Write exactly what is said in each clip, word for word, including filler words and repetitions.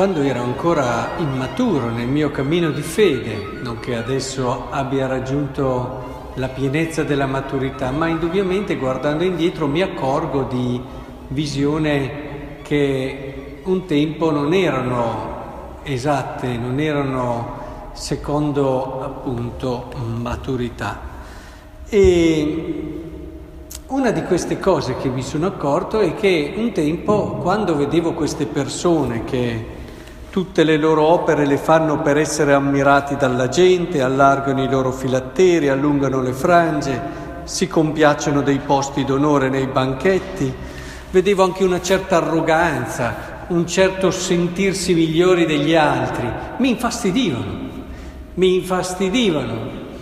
quando ero ancora immaturo nel mio cammino di fede, non che adesso abbia raggiunto la pienezza della maturità, ma indubbiamente guardando indietro mi accorgo di visione che un tempo non erano esatte, non erano secondo appunto maturità. E una di queste cose che mi sono accorto è che un tempo, quando vedevo queste persone che tutte le loro opere le fanno per essere ammirati dalla gente, allargano i loro filatteri, allungano le frange, si compiacciono dei posti d'onore nei banchetti, vedevo anche una certa arroganza, un certo sentirsi migliori degli altri, mi infastidivano, mi infastidivano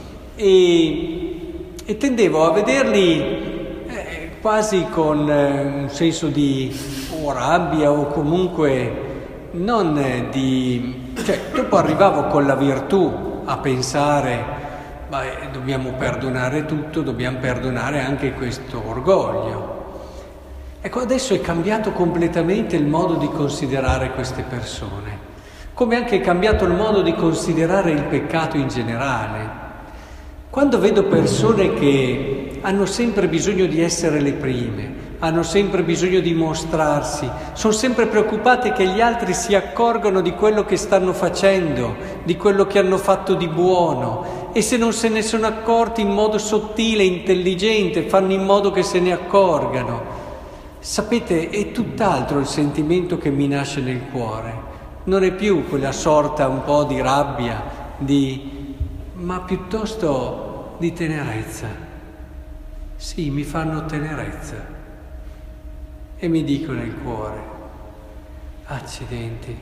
e, e tendevo a vederli quasi con eh, un senso di o rabbia o comunque non eh, di... cioè dopo arrivavo con la virtù a pensare beh, dobbiamo perdonare tutto, dobbiamo perdonare anche questo orgoglio. Ecco, adesso è cambiato completamente il modo di considerare queste persone, come anche è cambiato il modo di considerare il peccato in generale. Quando vedo persone che hanno sempre bisogno di essere le prime, hanno sempre bisogno di mostrarsi, sono sempre preoccupate che gli altri si accorgano di quello che stanno facendo, di quello che hanno fatto di buono, e se non se ne sono accorti in modo sottile, intelligente, fanno in modo che se ne accorgano. Sapete, è tutt'altro il sentimento che mi nasce nel cuore, non è più quella sorta un po' di rabbia, di... ma piuttosto di tenerezza. Sì, mi fanno tenerezza e mi dico nel cuore, accidenti,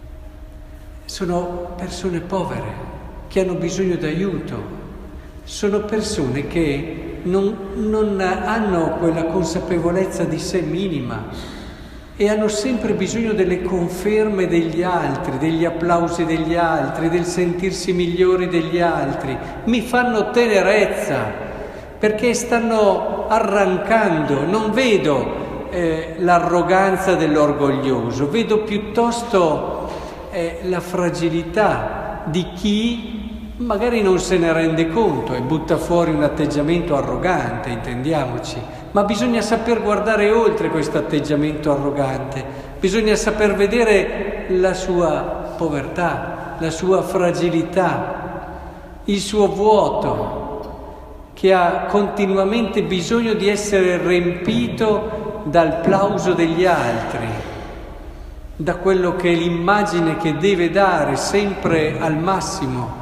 sono persone povere che hanno bisogno d'aiuto, sono persone che non, non hanno quella consapevolezza di sé minima e hanno sempre bisogno delle conferme degli altri, degli applausi degli altri, del sentirsi migliori degli altri. Mi fanno tenerezza perché stanno arrancando. Non vedo eh, l'arroganza dell'orgoglioso, vedo piuttosto eh, la fragilità di chi magari non se ne rende conto e butta fuori un atteggiamento arrogante, intendiamoci. Ma bisogna saper guardare oltre questo atteggiamento arrogante, bisogna saper vedere la sua povertà, la sua fragilità, il suo vuoto, che ha continuamente bisogno di essere riempito dal plauso degli altri, da quello che è l'immagine che deve dare sempre al massimo.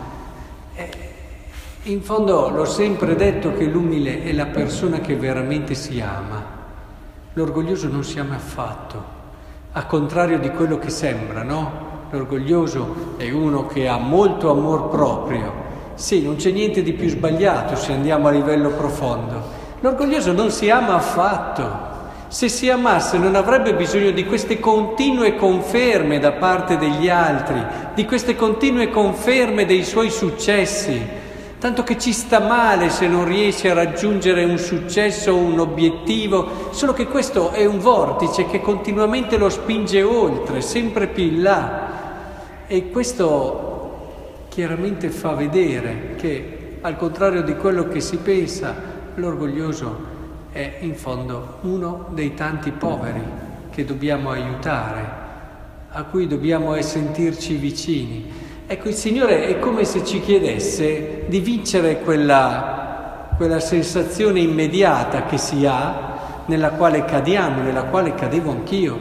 In fondo l'ho sempre detto che l'umile è la persona che veramente si ama. L'orgoglioso non si ama affatto, al contrario di quello che sembra, no? L'orgoglioso è uno che ha molto amor proprio. Sì, non c'è niente di più sbagliato se andiamo a livello profondo. L'orgoglioso non si ama affatto. Se si amasse non avrebbe bisogno di queste continue conferme da parte degli altri, di queste continue conferme dei suoi successi. Tanto che ci sta male se non riesce a raggiungere un successo o un obiettivo, solo che questo è un vortice che continuamente lo spinge oltre, sempre più in là. E questo chiaramente fa vedere che, al contrario di quello che si pensa, l'orgoglioso è in fondo uno dei tanti poveri che dobbiamo aiutare, a cui dobbiamo sentirci vicini. Ecco, il Signore è come se ci chiedesse di vincere quella, quella sensazione immediata che si ha, nella quale cadiamo, nella quale cadevo anch'io,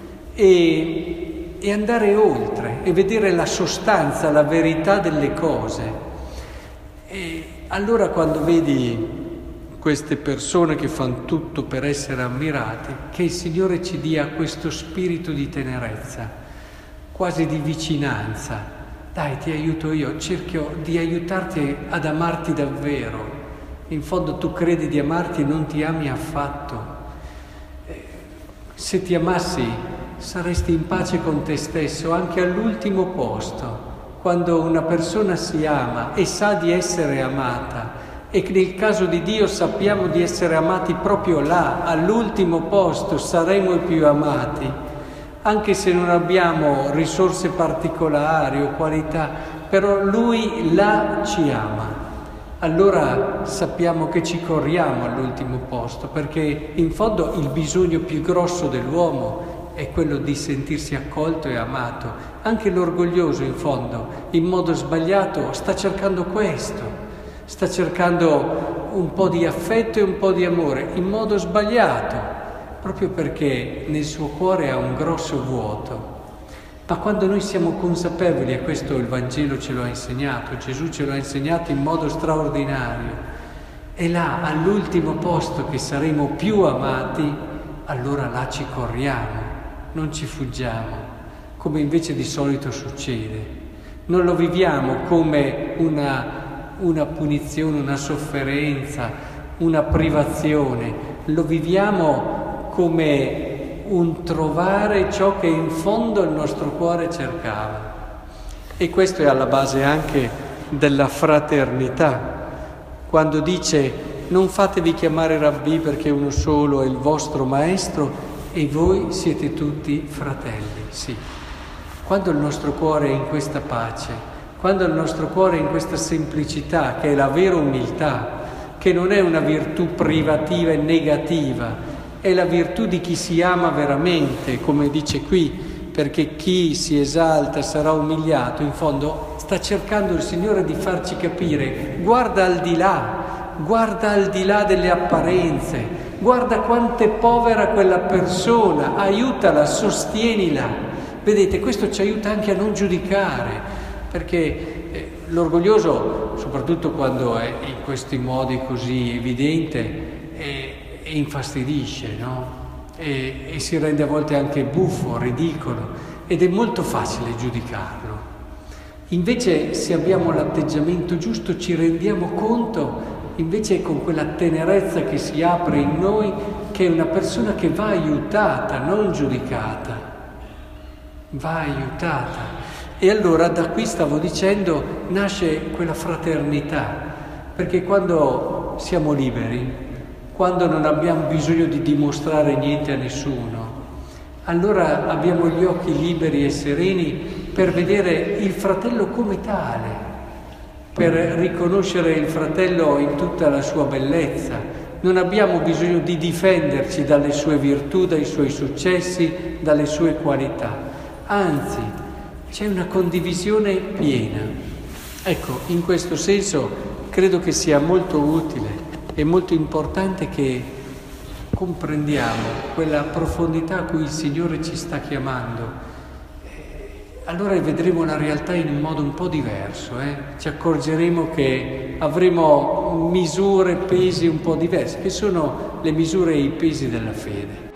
e, e andare oltre e vedere la sostanza, la verità delle cose. E allora quando vedi queste persone che fanno tutto per essere ammirati, che il Signore ci dia questo spirito di tenerezza, quasi di vicinanza. Dai, ti aiuto io, cerco di aiutarti ad amarti davvero. In fondo tu credi di amarti e non ti ami affatto. Se ti amassi saresti in pace con te stesso, anche all'ultimo posto. Quando una persona si ama e sa di essere amata, e nel caso di Dio sappiamo di essere amati proprio là, all'ultimo posto saremo i più amati. anche se non abbiamo risorse particolari o qualità, però Lui là ci ama. Allora sappiamo che ci corriamo all'ultimo posto, perché in fondo il bisogno più grosso dell'uomo è quello di sentirsi accolto e amato. Anche l'orgoglioso, in fondo, in modo sbagliato, sta cercando questo, sta cercando un po' di affetto e un po' di amore, in modo sbagliato, proprio perché nel suo cuore ha un grosso vuoto. Ma quando noi siamo consapevoli, e questo il Vangelo ce lo ha insegnato, Gesù ce lo ha insegnato in modo straordinario, è là all'ultimo posto che saremo più amati, allora là ci corriamo, non ci fuggiamo, come invece di solito succede. Non lo viviamo come una, una punizione, una sofferenza, una privazione, lo viviamo come un trovare ciò che in fondo il nostro cuore cercava. E questo è alla base anche della fraternità. Quando dice non fatevi chiamare Rabbì perché uno solo è il vostro maestro e voi siete tutti fratelli. Sì. Quando il nostro cuore è in questa pace, quando il nostro cuore è in questa semplicità, che è la vera umiltà, che non è una virtù privativa e negativa, è la virtù di chi si ama veramente, come dice qui, perché chi si esalta sarà umiliato. In fondo sta cercando il Signore di farci capire, guarda al di là, guarda al di là delle apparenze, guarda quanto è povera quella persona, aiutala, sostienila. Vedete, questo ci aiuta anche a non giudicare, perché eh, l'orgoglioso, soprattutto quando è in questi modi così evidente, è e infastidisce, no? E, e si rende a volte anche buffo, ridicolo, ed è molto facile giudicarlo. Invece, se abbiamo l'atteggiamento giusto, ci rendiamo conto, invece con quella tenerezza che si apre in noi, che è una persona che va aiutata, non giudicata, va aiutata. E allora da qui, stavo dicendo, nasce quella fraternità, perché quando siamo liberi, quando non abbiamo bisogno di dimostrare niente a nessuno, allora abbiamo gli occhi liberi e sereni per vedere il fratello come tale, per riconoscere il fratello in tutta la sua bellezza. Non abbiamo bisogno di difenderci dalle sue virtù, dai suoi successi, dalle sue qualità. Anzi, c'è una condivisione piena. Ecco, in questo senso credo che sia molto utile. È molto importante che comprendiamo quella profondità a cui il Signore ci sta chiamando. Allora vedremo la realtà in un modo un po' diverso, eh? Ci accorgeremo che avremo misure, pesi un po' diversi, che sono le misure e i pesi della fede.